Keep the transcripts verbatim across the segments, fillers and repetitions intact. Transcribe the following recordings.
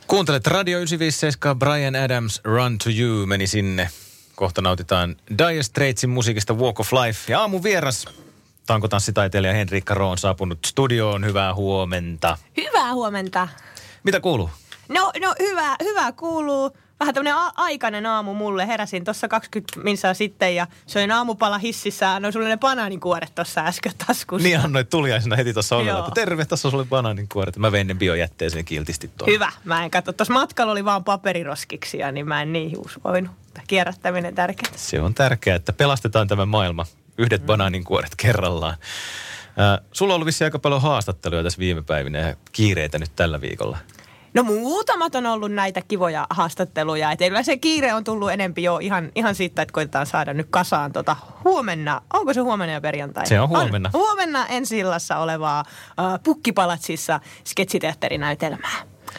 Kuuntelet Radio yhdeksänsataaviisikymmentäseitsemän, Bryan Adams, Run to You meni sinne. Kohta nautitaan Dire Straitsin musiikista Walk of Life. Ja aamun vieras, tankotanssitaiteilija Henriikka Roo on saapunut studioon. Hyvää huomenta. Hyvää huomenta. Mitä kuuluu? No, no hyvää, hyvää kuuluu. Vähän tämmönen a- aikainen aamu mulle. Heräsin tuossa kaksikymmentä minsaa sitten ja söin aamupala hississä. No sulla ne banaanikuoret tuossa äsken taskussa. Niin annoit tuliaisena heti tuossa ovella, että terve, tässä on sulle banaanikuoret. Mä vein ne biojätteeseen kiltisti tuolla. Hyvä. Mä en katso. Tuossa matkalla oli vaan paperiroskiksia, niin mä en niin voinut. Kierrättäminen tärkeää. Se on tärkeää, että pelastetaan tämä maailma. Yhdet mm. banaaninkuoret kerrallaan. Äh, sulla on ollut vissiin aika paljon haastatteluja tässä viime päivinä ja kiireitä nyt tällä viikolla. No muutamat on ollut näitä kivoja haastatteluja. Että kyllä se kiire on tullut enempi jo ihan, ihan siitä, että koitetaan saada nyt kasaan tota huomenna. Onko se huomenna ja perjantai? Se on huomenna. On huomenna ensi-illassa olevaa äh, Pukkipalatsissa sketsiteatterinäytelmää.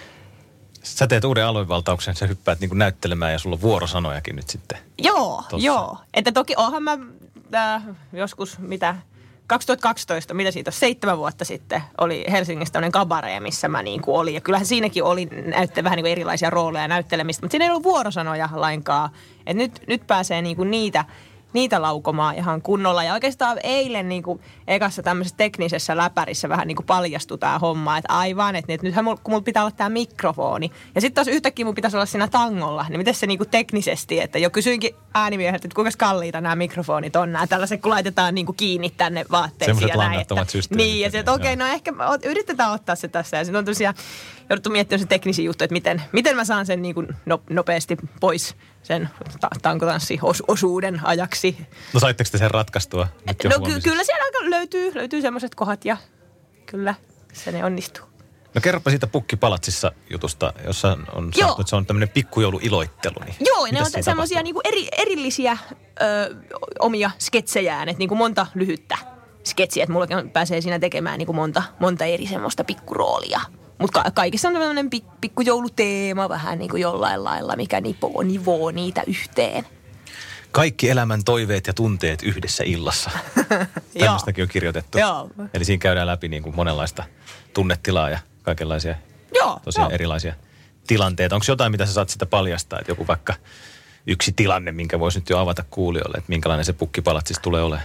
Sä teet uuden aluevaltauksen, sä hyppäät niin kuin näyttelemään ja sulla on vuorosanojakin nyt sitten. Joo, tossa. joo. Että toki oonhan mä äh, joskus mitä... kaksituhattakaksitoista, mitä siitä on, seitsemän vuotta sitten, oli Helsingissä tämmöinen kabaree, missä mä niin kuin olin. Ja kyllähän siinäkin oli näytte, vähän niin kuin erilaisia rooleja näyttelemistä, mutta siinä ei ollut vuorosanoja lainkaan. Et nyt, nyt pääsee niin kuin niitä, niitä laukomaan ihan kunnolla. Ja oikeastaan eilen niin kuin ekassa tämmöisessä teknisessä läpärissä vähän niin kuin paljastui tämä homma. Että aivan, että nythän mulla, kun mulla pitää olla tämä mikrofoni. Ja sitten taas yhtäkkiä mun pitäisi olla siinä tangolla. Niin miten se niin kuin teknisesti, että jo kysyinkin äänimieheltä, että kuinka kalliita nämä mikrofonit on. Nämä tällaiset, kun laitetaan niin kuin kiinni tänne vaatteisiin. Semmoiset langattomat systeemit. Niin, ja se, että okei, okay, no ehkä yritetään ottaa se tässä. Ja sitten on tosiaan jouduttu miettimään se teknisiä juttuja, että miten, miten mä saan sen niin kuin nopeasti pois sen ta- tankotanssiosuuden ajaksi. No saitteko te sen ratkaistua? No ky- kyllä siellä aika löytyy, löytyy semmoiset kohdat ja kyllä se ne onnistuu. No kerropa siitä Pukkipalatsissa jutusta, jossa on sanottu, että se on tämmöinen pikkujouluiloittelu. Niin joo, ne on semmoisia niinku eri, erillisiä ö, omia sketsejään, että niinku monta lyhyttä sketsiä. Että mullakin pääsee siinä tekemään niinku monta, monta eri semmoista pikkuroolia. Mutta ka- kaikissa on tämmöinen pik- pikkujouluteema vähän niin kuin jollain lailla, mikä nipoo, nivoo niitä yhteen. Kaikki elämän toiveet ja tunteet yhdessä illassa. Tämmöistäkin on kirjoitettu. Joo. Eli siinä käydään läpi niin kuin monenlaista tunnetilaa ja kaikenlaisia Joo, tosiaan jo. erilaisia tilanteita. Onko jotain, mitä sä saat sitä paljastaa? Että joku vaikka yksi tilanne, minkä voisi nyt jo avata kuulijoille, että minkälainen se Pukkipalatsissa tulee olemaan?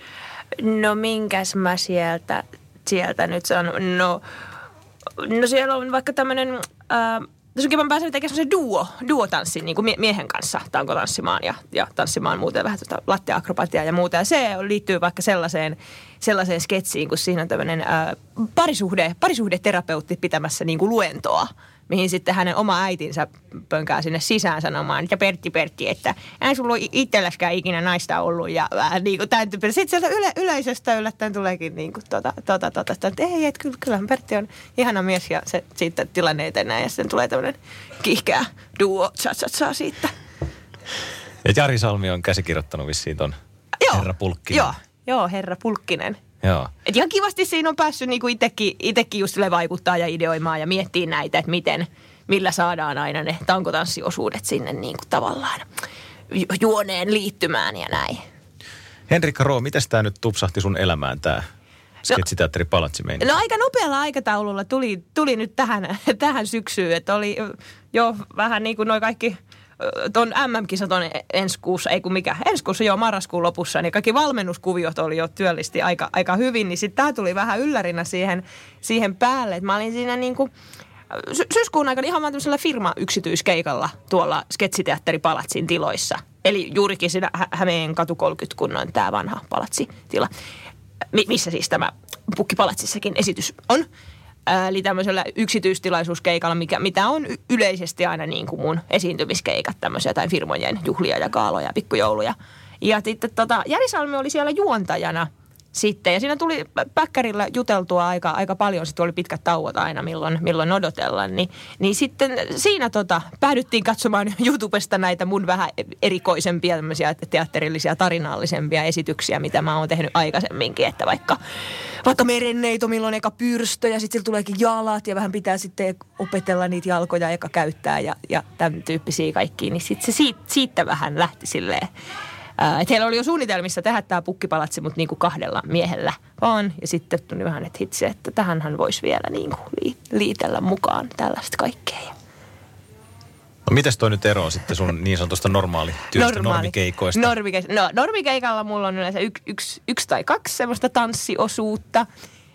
No minkäs mä sieltä, sieltä nyt sanon? No... No siellä on vaikka tämmöinen, äh, tässä onkin mä pääsen tekemään semmoisen duo, duotanssin niin kuin mie- miehen kanssa tankotanssimaan ja, ja tanssimaan muuten vähän tuota latteakrobatiaa ja muuta. Ja se liittyy vaikka sellaiseen, sellaiseen sketsiin, kun siinä on tämmöinen äh, parisuhde, parisuhdeterapeutti pitämässä niin kuin luentoa, mihin sitten hänen oma äitinsä pönkää sinne sisään sanomaan, että Pertti, Pertti, että ei sulla ole itselläskään ikinä naista ollut. Ja vähän niin kuin tämän tyyppinen. Sitten sieltä yle, yleisöstä yllättäen tuleekin niin kuin tota, tota, tota, tota, että ei, että kyllä, kyllähän Pertti on ihana mies ja se, siitä tilanne ei enää. Ja sitten tulee tämmöinen kiihkeä duo, cha-cha-cha siitä. Ja Jari Salmi on käsikirjoittanut vissiin ton joo, Herra Pulkkinen. Joo, joo, Herra Pulkkinen. Joo. Et ihan kivasti siinä on päässyt niinku itekin, itekin just vaikuttaa ja ideoimaan ja miettii näitä, että miten, millä saadaan aina ne tankotanssiosuudet sinne niinku tavallaan ju- juoneen liittymään ja näin. Henriikka Roo, mites tää nyt tupsahti sun elämään tää sketsiteatteri Palatsi meininki? No aika nopealla aikataululla tuli, tuli nyt tähän, tähän syksyyn, että oli jo vähän niin kuin noi kaikki... Tuon äm äm-kisat on ensi kuussa, ei kun mikä, ensi kuussa joo marraskuun lopussa, niin kaikki valmennuskuviot oli jo työllisti aika, aika hyvin, niin sitten tämä tuli vähän yllärinä siihen, siihen päälle, että mä olin siinä niin kuin sy- syyskuun aikana ihan vaan tämmöisellä firma-yksityiskeikalla tuolla sketsiteatteri Palatsin tiloissa. Eli juurikin siinä Hä- Hämeen katu kolmekymmentä, kun on tämä vanha palatsitila, Mi- missä siis tämä Pukkipalatsissakin esitys on. Eli tämmöisellä yksityistilaisuuskeikalla, mikä, mitä on yleisesti aina niin kuin mun esiintymiskeikat, tämmöisiä tai firmojen juhlia ja kaaloja ja pikkujouluja. Ja sitten tota, Jari Salmi oli siellä juontajana sitten, ja siinä tuli päkkärillä juteltua aika, aika paljon, sitten oli pitkät tauot aina, milloin, milloin odotella, niin, niin sitten siinä tota, päädyttiin katsomaan YouTubesta näitä mun vähän erikoisempia tämmöisiä teatterillisia, tarinallisempia esityksiä, mitä mä oon tehnyt aikaisemminkin, että vaikka, vaikka merenneito, milloin eka pyrstö, ja sitten sillä tuleekin jalat, ja vähän pitää sitten opetella niitä jalkoja eka käyttää, ja, ja tämän tyyppisiä kaikkia, niin sitten se siitä, siitä vähän lähti silleen. Äh, että heillä oli jo suunnitelmissa tehdä tämä Pukkipalatsi, mutta niin kuin kahdella miehellä vaan. Ja sitten tuli vähän, että hitse, että tähänhän voisi vielä niin kuin liitellä mukaan tällaista kaikkea. mites toi nyt eroaa sitten sun niin sanotusta normaalityöstä, Normaali. normikeikoista? Normike- no, normikeikalla mulla on yleensä yksi, yksi, yksi tai kaksi semmoista tanssiosuutta.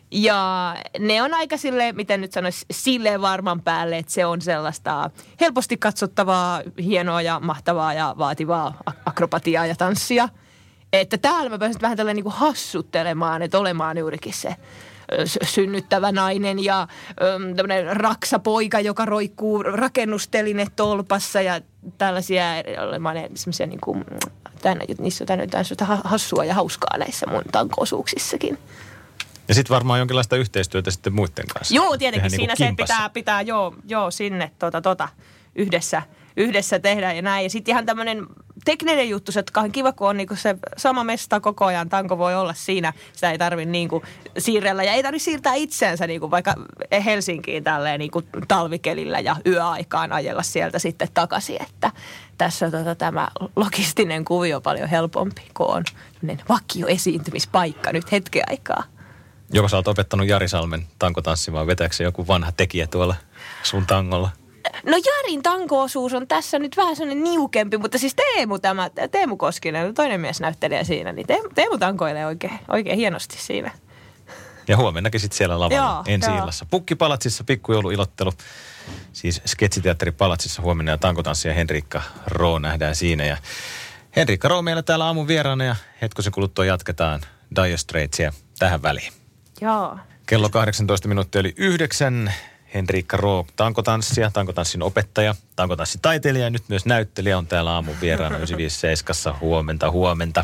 Ja ne on aika silleen, miten nyt sanoisi, silleen varman päälle, että se on sellaista helposti katsottavaa, hienoa ja mahtavaa ja vaativaa akrobatiaa ja tanssia. Että täällä mä pääsin vähän tällainen niin kuin hassuttelemaan, että olemaan juurikin se synnyttävä nainen ja äm, tämmöinen raksapoika, joka roikkuu rakennusteline tolpassa ja tällaisia olemaan semmoisia niin kuin, tänne, niissä on tänne hassua ja hauskaa näissä mun tanko-osuuksissakin. Ja sitten varmaan jonkinlaista yhteistyötä sitten muiden kanssa. Joo, tietenkin Tehdään siinä niin se pitää, pitää joo, joo, sinne tota, tota, yhdessä, yhdessä tehdä ja näin. Ja sitten ihan tämmöinen tekninen juttu, se on kiva, kun on niinku se sama mesta koko ajan. Tanko voi olla siinä, sitä ei tarvitse niinku siirrellä ja ei tarvitse siirtää itseänsä niinku vaikka Helsinkiin tälleen niinku talvikelillä ja yöaikaan ajella sieltä sitten takaisin. Että tässä on tota, tämä logistinen kuvio paljon helpompi, kun on vakio esiintymispaikka nyt hetken aikaa. Joko sä oot opettanut Jari Salmen tankotanssimaan, vetääkö se joku vanha tekijä tuolla sun tangolla? No Jarin tanko-osuus on tässä nyt vähän sellainen niukempi, mutta siis Teemu tämä, Teemu Koskinen, toinen mies näyttelijä siinä, niin Teemu, Teemu tankoilee oikein, oikein hienosti siinä. Ja huomennakin sitten siellä lavalla joo, ensi joo. illassa. Pukkipalatsissa pikkujouluilottelu, siis Sketsiteatteri Palatsissa huomenna ja tankotanssija Henriikka Roo nähdään siinä. Ja Henriikka Roo meillä täällä aamun vieraana ja hetkosen kuluttua jatketaan Dire Straitsia tähän väliin. Joo. Kello kahdeksantoista minuuttia eli yhdeksän. Henriikka Roo, tankotanssija, tankotanssin opettaja, tankotanssitaiteilija ja nyt myös näyttelijä on täällä aamun vieraana yhdeksänsataaviisikymmentäseitsemän. Huomenta, huomenta.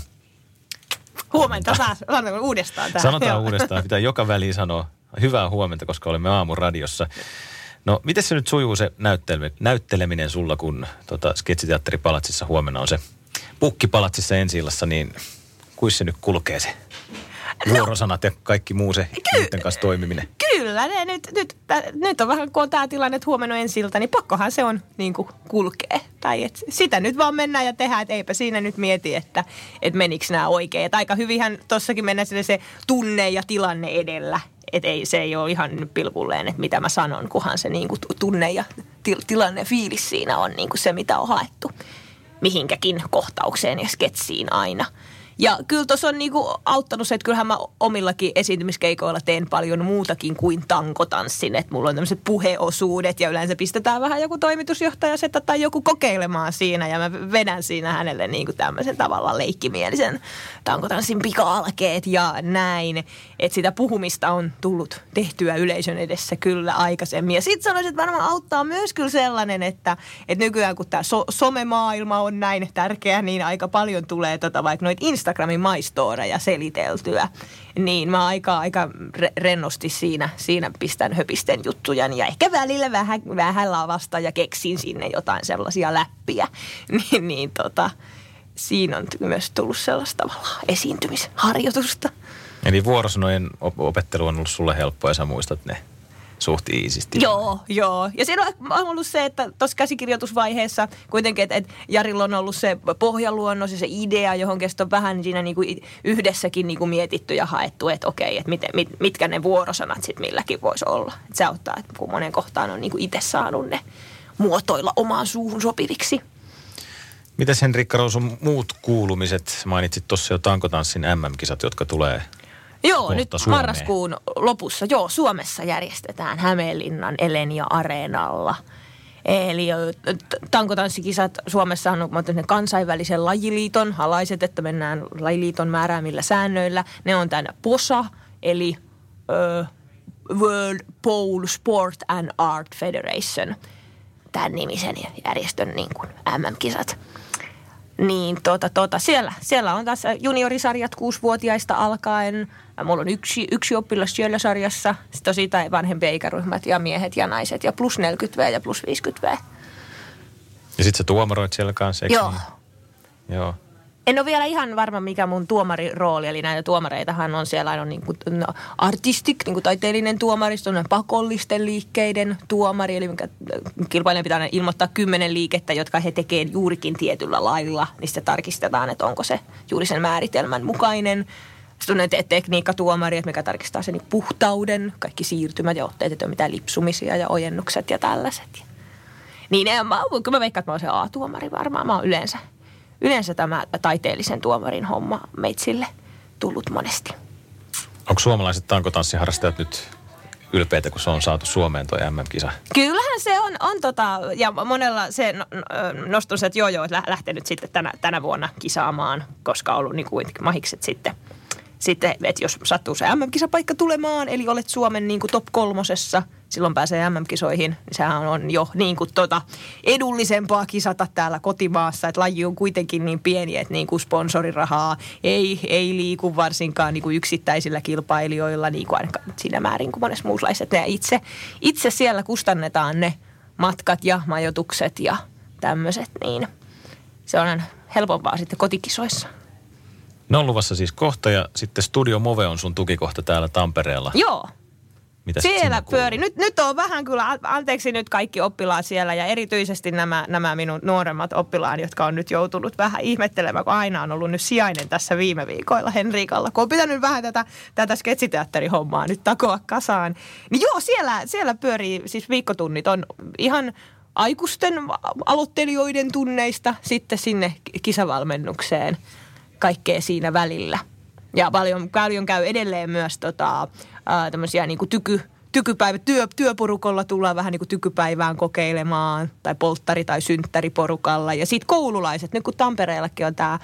Huomenta taas, sanotaan uudestaan tähän. Sanotaan Joo. uudestaan, pitää joka väliin sanoa hyvää huomenta, koska olemme aamun radiossa. No, miten se nyt sujuu se näyttele- näytteleminen sulla, kun tota, Sketsiteatteri Palatsissa huomenna on se Pukkipalatsissa ensi-illassa, niin kuis se nyt kulkee se? Vuorosanat ja kaikki muu se niiden kanssa toimiminen. Kyllä, ne nyt, nyt, nyt on vähän, kun on tämä tilanne, että huomenna on ensi ilta, niin pakkohan se on niin kuin kulkee. Tai et sitä nyt vaan mennään ja tehdään, että eipä siinä nyt mieti, että et menikö nämä oikein. Et aika hyvinhän tossakin mennään se tunne ja tilanne edellä. Että ei, se ei ole ihan nyt pilkulleen, että mitä mä sanon, kunhan se niin kuin tunne ja til, tilanne fiilis siinä on niin kuin se, mitä on haettu mihinkäkin kohtaukseen ja sketsiin aina. Ja kyllä tuossa on niinku auttanut se, että kyllähän mä omillakin esiintymiskeikoilla teen paljon muutakin kuin tankotanssin. Että mulla on tämmöiset puheosuudet ja yleensä pistetään vähän joku toimitusjohtaja seta tai joku kokeilemaan siinä. Ja mä vedän siinä hänelle niinku tämmöisen tavallaan leikkimielisen tankotanssin pika-alkeet ja näin. Että sitä puhumista on tullut tehtyä yleisön edessä kyllä aikaisemmin. Ja sit sanoisin, että varmaan auttaa myös kyllä sellainen, että, että nykyään kun tämä so- somemaailma on näin tärkeä, niin aika paljon tulee tota vaikka noita Instagramin maistoreja seliteltyä, niin mä aika, aika re- rennosti siinä, siinä pistän höpisten juttuja ja ehkä välillä vähän, vähän lavasta ja keksin sinne jotain sellaisia läppiä. niin, niin tota, siinä on myös tullut sellaista tavallaan esiintymisharjoitusta. Eli vuorosanojen opettelu on ollut sulle helppoa ja sä muistat ne suht iisisti. Joo, joo. Ja siinä on ollut se, että tuossa käsikirjoitusvaiheessa kuitenkin, että, että Jarilla on ollut se pohjaluonnos ja se idea, johon on vähän siinä niin kuin yhdessäkin niin kuin mietitty ja haettu, että okei, että miten, mit, mitkä ne vuorosanat sitten milläkin voisi olla. Että se auttaa, että kun monen kohtaan on niin kuin itse saanut ne muotoilla omaan suuhun sopiviksi. Mitäs Henriikka Roo, sun muut kuulumiset? Mainitsit tuossa jo tankotanssin äm äm-kisat, jotka tulee Joo, nyt Suomeen. Marraskuun lopussa, joo, Suomessa järjestetään Hämeenlinnan Elenia-areenalla. Eli tankotanssikisat Suomessa on kansainvälisen lajiliiton alaiset, että mennään lajiliiton määräämillä säännöillä. Ne on tämän P O S A, eli uh, World Pole Sport and Art Federation, tämän nimisen järjestön niin kuin äm äm-kisat. Niin tota, tota, siellä, siellä on taas juniorisarjat kuusivuotiaista alkaen. Mulla on yksi, yksi oppilas siellä sarjassa. Sitten on siitä vanhempia ikäryhmät ja miehet ja naiset ja plus neljäkymmentä vuotta ja plus viisikymmentä vuotta. Ja sit sä tuomaroit siellä kanssa, eikö Joo. Niin? Joo. En ole vielä ihan varma, mikä mun tuomarirooli, eli näitä tuomareitahan on siellä aina niin kuin no, artistik, niin kuin taiteellinen tuomaristo, on pakollisten liikkeiden tuomari, eli mikä kilpailijan pitää ilmoittaa kymmenen liikettä, jotka he tekevät juurikin tietyllä lailla, niin sitten tarkistetaan, että onko se juuri sen määritelmän mukainen. Sitten on te- tekniikkatuomari, mikä tarkistaa sen puhtauden, kaikki siirtymät ja otteet, että ei ole mitään lipsumisia ja ojennukset ja tällaiset. Niin en, mä, kyllä mä veikkaan, että mä oon se A-tuomari varmaan. Mä oon yleensä, yleensä tämä taiteellisen tuomarin homma meitsille tullut monesti. Onko suomalaiset tankotanssiharrastajat nyt ylpeitä, kun se on saatu Suomeen toi M M-kisa? Kyllähän se on, on tota, ja monella se no, noston se, että joo joo, että lähtenyt sitten tänä, tänä vuonna kisaamaan, koska on ollut niin kuitenkin mahikset sitten. Sitten, että jos sattuu se M M-kisapaikka tulemaan, eli olet Suomen niin kuin top kolmosessa, silloin pääsee M M-kisoihin, niin sehän on jo niin kuin tota edullisempaa kisata täällä kotimaassa, että laji on kuitenkin niin pieni, että niin kuin sponsorirahaa ei, ei liiku varsinkaan niin kuin yksittäisillä kilpailijoilla, niin kuin ainakaan siinä määrin kuin monessa muuslaiset. Ne itse, itse siellä kustannetaan ne matkat ja majoitukset ja tämmöiset, niin se on helpompaa sitten kotikisoissa. Ne on luvassa siis kohta ja sitten Studio Move on sun tukikohta täällä Tampereella. Joo. Mitä siellä pyöri. Nyt, nyt on vähän kyllä, anteeksi nyt kaikki oppilaat siellä ja erityisesti nämä, nämä minun nuoremmat oppilaani, jotka on nyt joutunut vähän ihmettelemään, kun aina on ollut nyt sijainen tässä viime viikoilla Henriikalla, kun on pitänyt vähän tätä, tätä sketsiteatterihommaa nyt takoa kasaan. Niin joo, siellä, siellä pyörii, siis viikkotunnit on ihan aikuisten aloittelijoiden tunneista sitten sinne kisavalmennukseen. Kaikkea siinä välillä. Ja paljon, paljon käy edelleen myös tota, ää, tämmöisiä niin kuin tyky, tykypäivä, työ, työporukolla tullaan vähän niin kuin tykypäivään kokeilemaan, tai polttari- tai synttäriporukalla. Ja sitten koululaiset, nyt kun Tampereellakin on tämä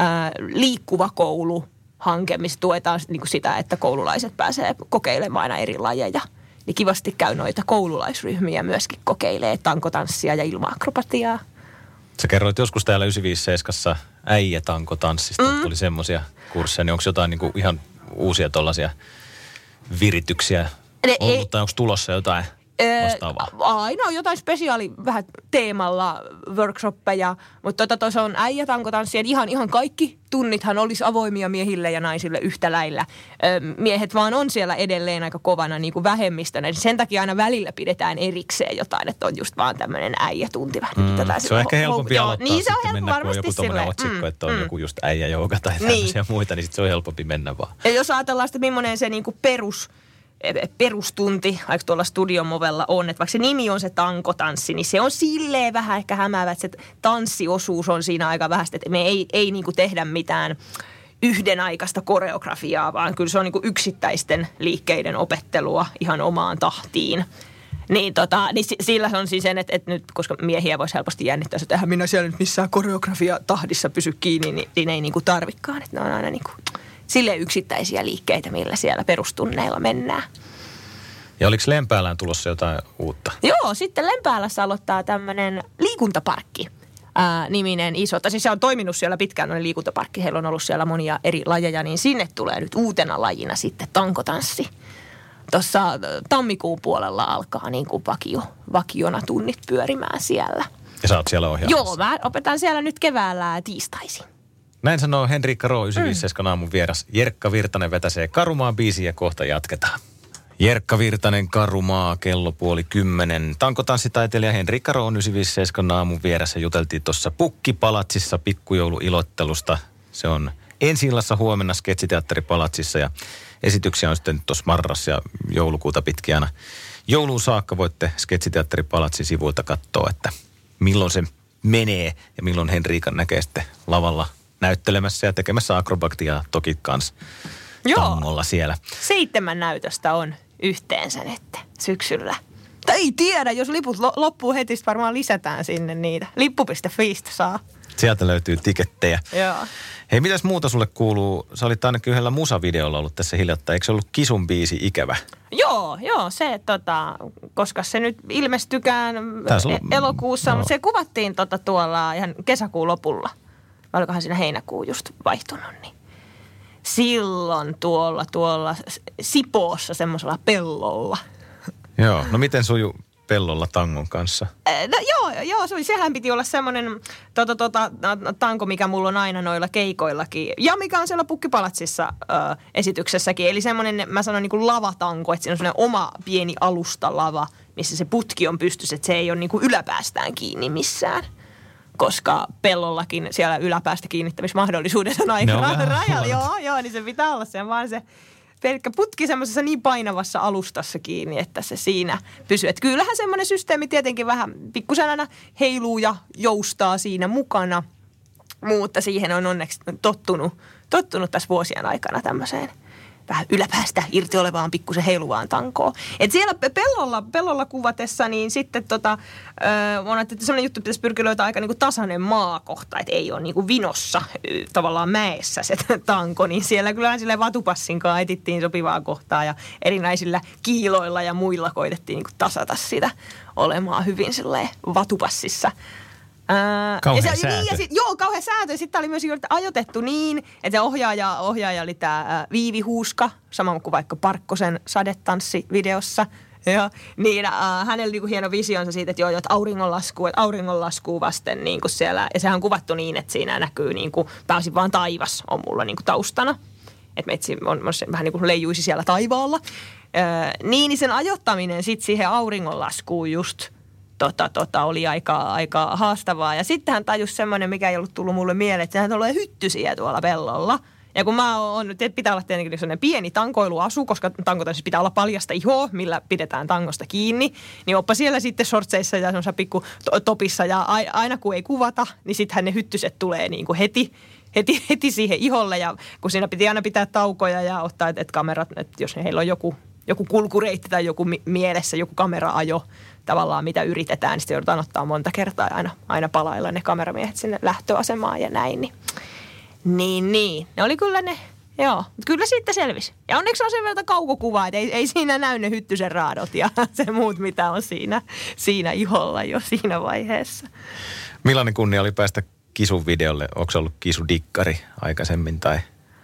liikkuva koulu-hanke, missä tuetaan niin kuin sitä, että koululaiset pääsee kokeilemaan aina eri lajeja. Niin kivasti käy noita koululaisryhmiä myöskin kokeilee tankotanssia ja ilma-akrobatiaa. Sä kerroit joskus täällä yhdeksänsataaviisikymmentäseitsemän äijätankotanssista, mm. tuli semmoisia kursseja, niin onko jotain niin kuin ihan uusia tollaisia virityksiä ne, ollut, ei, tai onko tulossa jotain vastaavaa? Aina on jotain spesiaali vähän teemalla workshoppeja, mutta tota tuossa on äijätankotanssi, ihan, ihan kaikki tunnithan olisi avoimia miehille ja naisille yhtä lailla. Ö, miehet vaan on siellä edelleen aika kovana niin kuin vähemmistönä. Sen takia aina välillä pidetään erikseen jotain, että on just vaan tämmöinen äijätunti. Mm, se on ehkä helpompi ho- aloittaa niin, se on sitten mennä, kun on joku tommoinen otsikko, mm, että on mm. joku just äijäjouka tai tämmöisiä niin. muita, niin sitten se on helpompi mennä vaan. Ja jos ajatellaan sitä, millainen se niin kuin perus... perustunti, vaikka tuolla Studio Movella on, että vaikka se nimi on se tankotanssi, niin se on silleen vähän ehkä hämäävä, että se tanssiosuus on siinä aika vähäistä, että me ei, ei niin kuin tehdä mitään yhdenaikaista koreografiaa, vaan kyllä se on niin kuin yksittäisten liikkeiden opettelua ihan omaan tahtiin. Niin, tota, niin sillä on siis sen, että, että nyt, koska miehiä voisi helposti jännittää, että eihän minä siellä nyt missään koreografia tahdissa pysy kiinni, niin, niin ei niin kuin tarvikaan, että ne on aina niin kuin silleen yksittäisiä liikkeitä, millä siellä perustunneilla mennään. Ja oliko Lempäälään tulossa jotain uutta? Joo, sitten Lempäälässä aloittaa tämmöinen liikuntaparkki ää, niminen iso. Tai siis se on toiminut siellä pitkään, noin liikuntaparkki. Heillä on ollut siellä monia eri lajeja, niin sinne tulee nyt uutena lajina sitten tankotanssi. Tuossa tammikuun puolella alkaa niin kuin vakio, vakiona tunnit pyörimään siellä. Ja sä oot siellä ohjaamassa? Joo, mä opetan siellä nyt keväällä tiistaisin. Näin sanoo Henriikka Roo, yhdeksänkymmentäviisi aamun vieras. Jerkka Virtanen vetäsee Karumaa biisiä ja kohta jatketaan. Jerkka Virtanen, Karumaa, kello puoli kymmenen. Tankotanssitaiteilija Henriikka Roo on yhdeksänkymmentäviisi aamun vieressä. Juteltiin tuossa Pukkipalatsissa pikkujouluilottelusta. Se on ensi illassa huomenna Sketsiteatteripalatsissa ja esityksiä on sitten tuossa marras ja joulukuuta pitkin aina. Jouluun saakka voitte Sketsiteatteripalatsin sivuilta katsoa, että milloin se menee ja milloin Henriikan näkee sitten lavalla näyttelemässä ja tekemässä akrobatiaa toki kanssa tangolla siellä. Seitsemän näytöstä on yhteensä nyt syksyllä. Tai ei tiedä, jos liput loppuu heti, varmaan lisätään sinne niitä. Lippu piste fiistä saa. Sieltä löytyy tikettejä. Joo. Hei, mitäs muuta sulle kuuluu? Sä olit ainakin yhdellä musavideolla ollut tässä hiljattain. Eikö se ollut Kisun biisi Ikävä? Joo, joo, se tota, koska se nyt ilmestykään on, elokuussa, no. Mutta se kuvattiin tota tuolla ihan kesäkuun lopulla. Vai olikohan siinä heinäkuun just vaihtunut, niin silloin tuolla, tuolla Sipoossa semmoisella pellolla. Joo, no miten suju pellolla tangon kanssa? No joo, joo se, sehän piti olla semmoinen tota, tota, tanko, mikä mulla on aina noilla keikoillakin. Ja mikä on siellä Pukkipalatsissa ö, esityksessäkin. Eli semmoinen, mä sanon niin kuin lavatanko, että siinä on semmoinen oma pieni alustalava, missä se putki on pystyssä, että se ei ole niin kuin yläpäästään kiinni missään. Koska pellollakin siellä yläpäästä kiinnittämismahdollisuudet on aika rajalla. Joo, joo, niin se pitää olla sen vaan se pelkkä putki semmoisessa niin painavassa alustassa kiinni, että se siinä pysyy. Että kyllähän semmoinen systeemi tietenkin vähän pikkusen aina heiluu ja joustaa siinä mukana, mutta siihen on onneksi tottunut, tottunut tässä vuosien aikana tämmöiseen vähän yläpäästä irti olevaan pikkusen heiluvaan tankoon. Et siellä pellolla, pellolla kuvatessa, niin sitten tota, äh, on että sellainen juttu, pitäisi pyrkiä löytää aika niinku tasainen maakohta, että ei ole niinku vinossa äh, tavallaan mäessä se tanko, niin siellä kyllä silleen vatupassin kanssa etittiin sopivaa kohtaa ja erinäisillä kiiloilla ja muilla koitettiin niinku tasata sitä olemaan hyvin silleen vatupassissa. Kauhea ja se, säätö. Niin, ja sit, joo, kauhea säätö. Ja sitten oli myös ajoitettu niin, että se ohjaaja, ohjaaja oli tämä Viivi Huuska, sama kuin vaikka Parkkosen sadetanssivideossa. Ja, niin äh, hänellä oli niinku hieno visionsa siitä, että joo, että auringonlaskua, että auringonlaskua vasten niinku siellä. Ja sehän on kuvattu niin, että siinä näkyy niinku, pääosin vaan taivas on mulla niinku taustana. Että meitsi on, on vähän niin kuin leijuisi siellä taivaalla. Äh, niin, niin sen ajoittaminen sitten siihen auringonlaskuun just Tota, tota, oli aika, aika haastavaa. Ja sitten hän tajusi semmoinen, mikä ei ollut tullut mulle mieleen, että hän tulee hyttysiä tuolla pellolla. Ja kun mä oon, pitää olla tietenkin sellainen pieni tankoiluasu, koska tankotansissa pitää olla paljasta ihoa, millä pidetään tangosta kiinni, niin oppa siellä sitten shortseissa ja semmoisessa pikku topissa. Ja aina kun ei kuvata, niin sittenhän ne hyttyset tulee niin kuin heti, heti, heti siihen iholle. Ja kun siinä piti aina pitää taukoja ja ottaa, että et kamerat, että jos heillä on joku, joku kulkureitti tai joku mielessä, joku kameraajo, tavallaan mitä yritetään, niin sitten joudutaan ottaa monta kertaa ja aina, aina palailla ne kameramiehet sinne lähtöasemaan ja näin. Niin, niin, niin. Ne oli kyllä ne, joo. Kyllä siitä selvisi. Ja onneksi on sen verran kaukokuvaa, että ei, ei siinä näy ne hyttysen raadot ja se muut, mitä on siinä, siinä iholla jo siinä vaiheessa. Millainen kunnia oli päästä Kisun videolle? Onko ollut Kisu dikkari aikaisemmin tai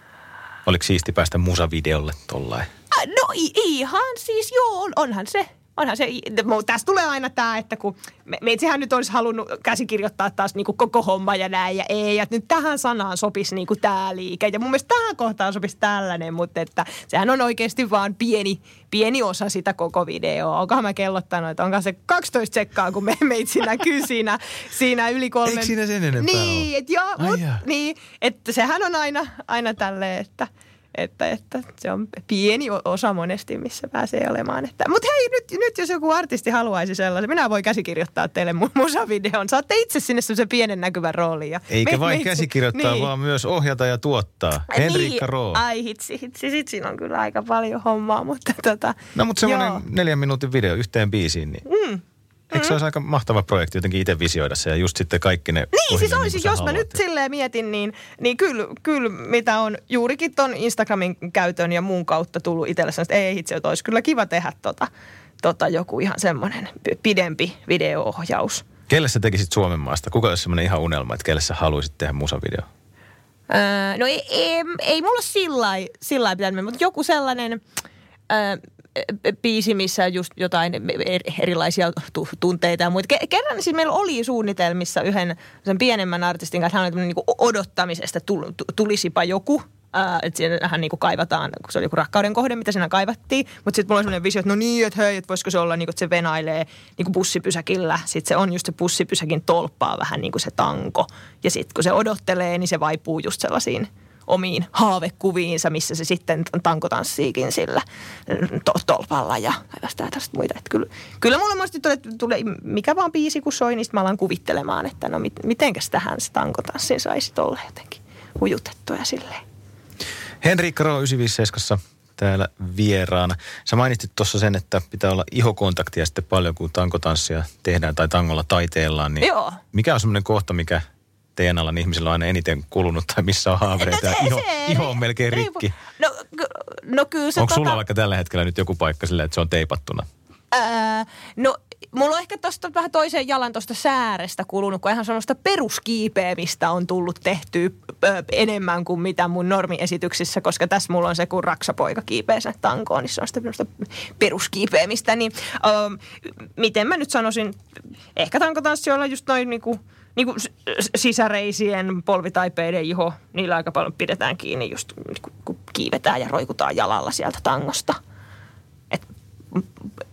oliko siisti päästä musavideolle tollain? No ihan siis joo, on, onhan se. Onhan se, tässä tulee aina tämä, että kun me, me itsehän nyt olisi halunnut käsikirjoittaa taas niinku koko homma ja näin ja ei, että nyt tähän sanaan sopisi niinku tämä liike. Ja mun mielestä tähän kohtaan sopisi tällainen, mutta että sehän on oikeasti vaan pieni, pieni osa sitä koko videoa. Onkohan mä kellottanut, että onko se kaksitoista sekkaa, kun me, meitsi näkyy siinä, siinä yli kolmen. Eikö siinä sen enempää niin, ole? Et joo, mut, niin, että sehän on aina, aina tälleen, että... Että, että se on pieni osa monesti, missä pääsee olemaan. Mutta hei, nyt, nyt jos joku artisti haluaisi sellaisen, minä voin käsikirjoittaa teille musavideon. Saatte itse sinne sellaisen pienen näkyvän roolin. Ja eikä me, vain me, käsikirjoittaa, niin. vaan myös ohjata ja tuottaa. Henriikka niin. Roo. Ai hitsi, hitsi, sit siinä on kyllä aika paljon hommaa, mutta tota... No mutta semmoinen neljän minuutin video yhteen biisiin, niin... Mm. Eikö se olisi aika mahtava projekti jotenkin itse visioida se ja just sitten kaikki ne... Niin, siis olisi, niin jos mä nyt silleen mietin, niin, niin kyllä, kyllä mitä on juurikin ton Instagramin käytön ja muun kautta tullut itselle sanoa, että ei itse, että olisi kyllä kiva tehdä tota, tota joku ihan semmoinen pidempi video-ohjaus. Kelle sä tekisit Suomen maasta? Kuka olisi semmoinen ihan unelma, että kelle sä haluaisit tehdä musavideo? Öö, no ei, ei, ei mulla sillä lailla pitänyt, mutta joku sellainen... Öö, biisi, missä just jotain erilaisia tunteita ja muita. Kerran siis meillä oli suunnitelmissa yhden sen pienemmän artistin kanssa, hän oli niin kuin odottamisesta, tulisipa joku. Äh, että siinähän niin kuin kaivataan, kun se oli joku rakkauden kohde, mitä siinä kaivattiin. Mutta sitten mulla oli sellainen visio, että no niin, että hei, että voisiko se olla, niin kuin, että se venailee niin kuin bussipysäkillä. Sitten se on just se bussipysäkin tolppaa vähän niin kuin se tanko. Ja sitten kun se odottelee, niin se vaipuu just sellaisiin omiin haavekuviinsa, missä se sitten tankotanssiikin sillä to- tolpalla ja tästä muita. Että kyllä, kyllä mulle muasti tulee, tulee mikä vaan biisi kun soi, niin mä alan kuvittelemaan, että no mit, mitenkäs tähän se tankotanssin saisi olla jotenkin hujutettua ja silleen. Henriikka Roo yhdeksänsataaviisikymmentäseitsemän täällä vieraana. Sä mainitsit tuossa sen, että pitää olla ihokontaktia sitten paljon, kun tankotanssia tehdään tai tangolla taiteellaan. Niin joo. Mikä on semmoinen kohta, mikä teidän alan ihmisillä on aina eniten kulunut tai missä on haavereita no, ja iho, iho on melkein rikki? No, no kyllä se... Onko tota... sulla vaikka tällä hetkellä nyt joku paikka silleen, että se on teipattuna? Ää, no mulla on ehkä tuosta vähän toisen jalan tuosta säärestä kulunut, kun ihan semmoista peruskiipeämistä on tullut tehtyä ö, enemmän kuin mitä mun normiesityksissä, koska tässä mulla on se, kun raksapoika kiipeää sen tankoon, niin se on sitä peruskiipeämistä. Niin ö, miten mä nyt sanoisin, ehkä tankotanssijoilla just noin niinku... Niin kuin sisäreisien, polvitaipeiden iho, niillä aika paljon pidetään kiinni just kun kiivetään ja roikutaan jalalla sieltä tangosta. Et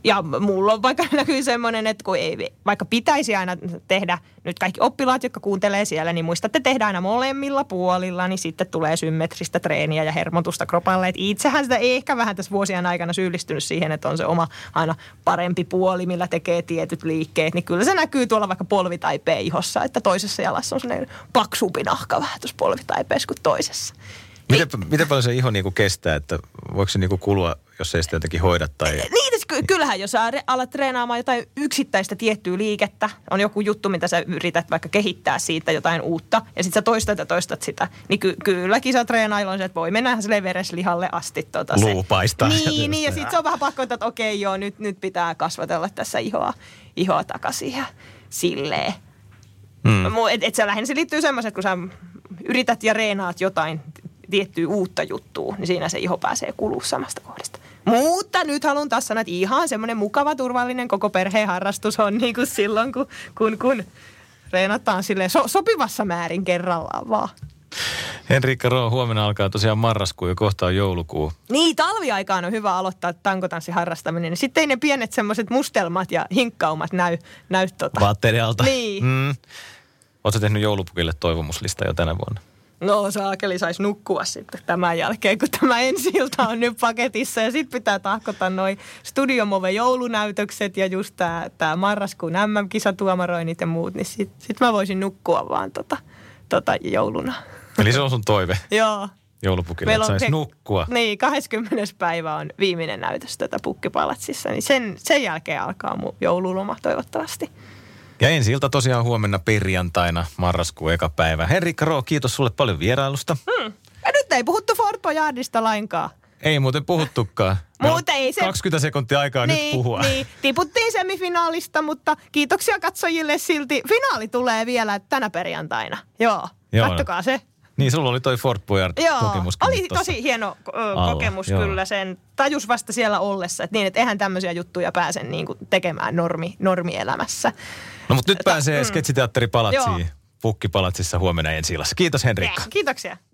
Ja mulla on vaikka näkyy semmoinen, että kun ei, vaikka pitäisi aina tehdä, nyt kaikki oppilaat, jotka kuuntelee siellä, niin muistatte tehdä aina molemmilla puolilla, niin sitten tulee symmetristä treeniä ja hermotusta kropalle. Et itsehän sitä ei ehkä vähän tässä vuosien aikana syyllistynyt siihen, että on se oma aina parempi puoli, millä tekee tietyt liikkeet. Niin kyllä se näkyy tuolla vaikka polvitaipeen ihossa, että toisessa jalassa on sellainen paksumpi nahka vähän tuossa polvitaipeessa kuin toisessa. Miten, miten paljon se iho niinku kestää, että voiko se niinku kulua, jos ei sitä jotenkin hoida? Tai... Niin, ky- kyllähän jos sä alat treenaamaan jotain yksittäistä tiettyä liikettä, on joku juttu, mitä sä yrität vaikka kehittää siitä jotain uutta, ja sit sä toistat ja toistat sitä, niin ky- kyllä kisatreenailla on se, että voi mennä ihan silleen vereslihalle asti. Tota se. Luu paistaa. Niin, niin, ja sit se on vähän pakko, että okei joo, nyt, nyt pitää kasvatella tässä ihoa, ihoa takaisin ja silleen. Hmm. Että et se lähinnä se liittyy semmoiset, kun sä yrität ja reenaat jotain tiettyä uutta juttua, niin siinä se iho pääsee kulua samasta kohdasta. Mutta nyt haluan taas sanoa, että ihan semmoinen mukava, turvallinen koko perheen harrastus on niin kuin silloin, kun, kun, kun reenataan silleen so, sopivassa määrin kerrallaan vaan. Henriikka Roo, huomenna alkaa tosiaan marraskuu ja kohta on joulukuu. Niin, talviaikaan on hyvä aloittaa tankotanssin harrastaminen. Sitten ei ne pienet semmoiset mustelmat ja hinkkaumat näy, näy tota. Vaatteiden alta. Niin. Mm. Oletko tehnyt joulupukille toivomuslista jo tänä vuonna? No saakeli saisi nukkua sitten tämän jälkeen, kun tämä ensi-ilta on nyt paketissa. Ja sitten pitää tahkota noi Studiomove joulunäytökset ja just tämä tää marraskuun äm äm-kisatuomaroinnit ja muut. Niin sitten sit mä voisin nukkua vaan tota, tota jouluna. Eli se on sun toive? Joo. Joulupukille, että saisi nukkua. Niin, kahdeskymmenes päivä on viimeinen näytös tätä Pukkipalatsissa. Niin sen, sen jälkeen alkaa mun joululoma toivottavasti. Ja ensi ilta tosiaan huomenna perjantaina, marraskuun eka päivä. Henriikka Roo, kiitos sulle paljon vierailusta. Hmm. Ja nyt ei puhuttu Fort Boyardista lainkaan. Ei muuten puhuttukaan. Mutta ei se... kaksikymmentä sekuntia aikaa niin, nyt puhua. Niin, tiputtiin semifinaalista, mutta kiitoksia katsojille silti. Finaali tulee vielä tänä perjantaina. Joo, Joo kattokaa no. se. Niin, sulla oli toi Fort Boyard-kokemus. Joo, oli tosi hieno ö, kokemus joo. kyllä. Sen tajus vasta siellä ollessa, että niin, että eihän tämmöisiä juttuja pääse niin kuin tekemään normi, normielämässä. No mutta nyt pääsee mm. sketsiteatteripalatsiin, Pukkipalatsissa huomenna ensi illassa. Kiitos Henriikka. Kiitoksia.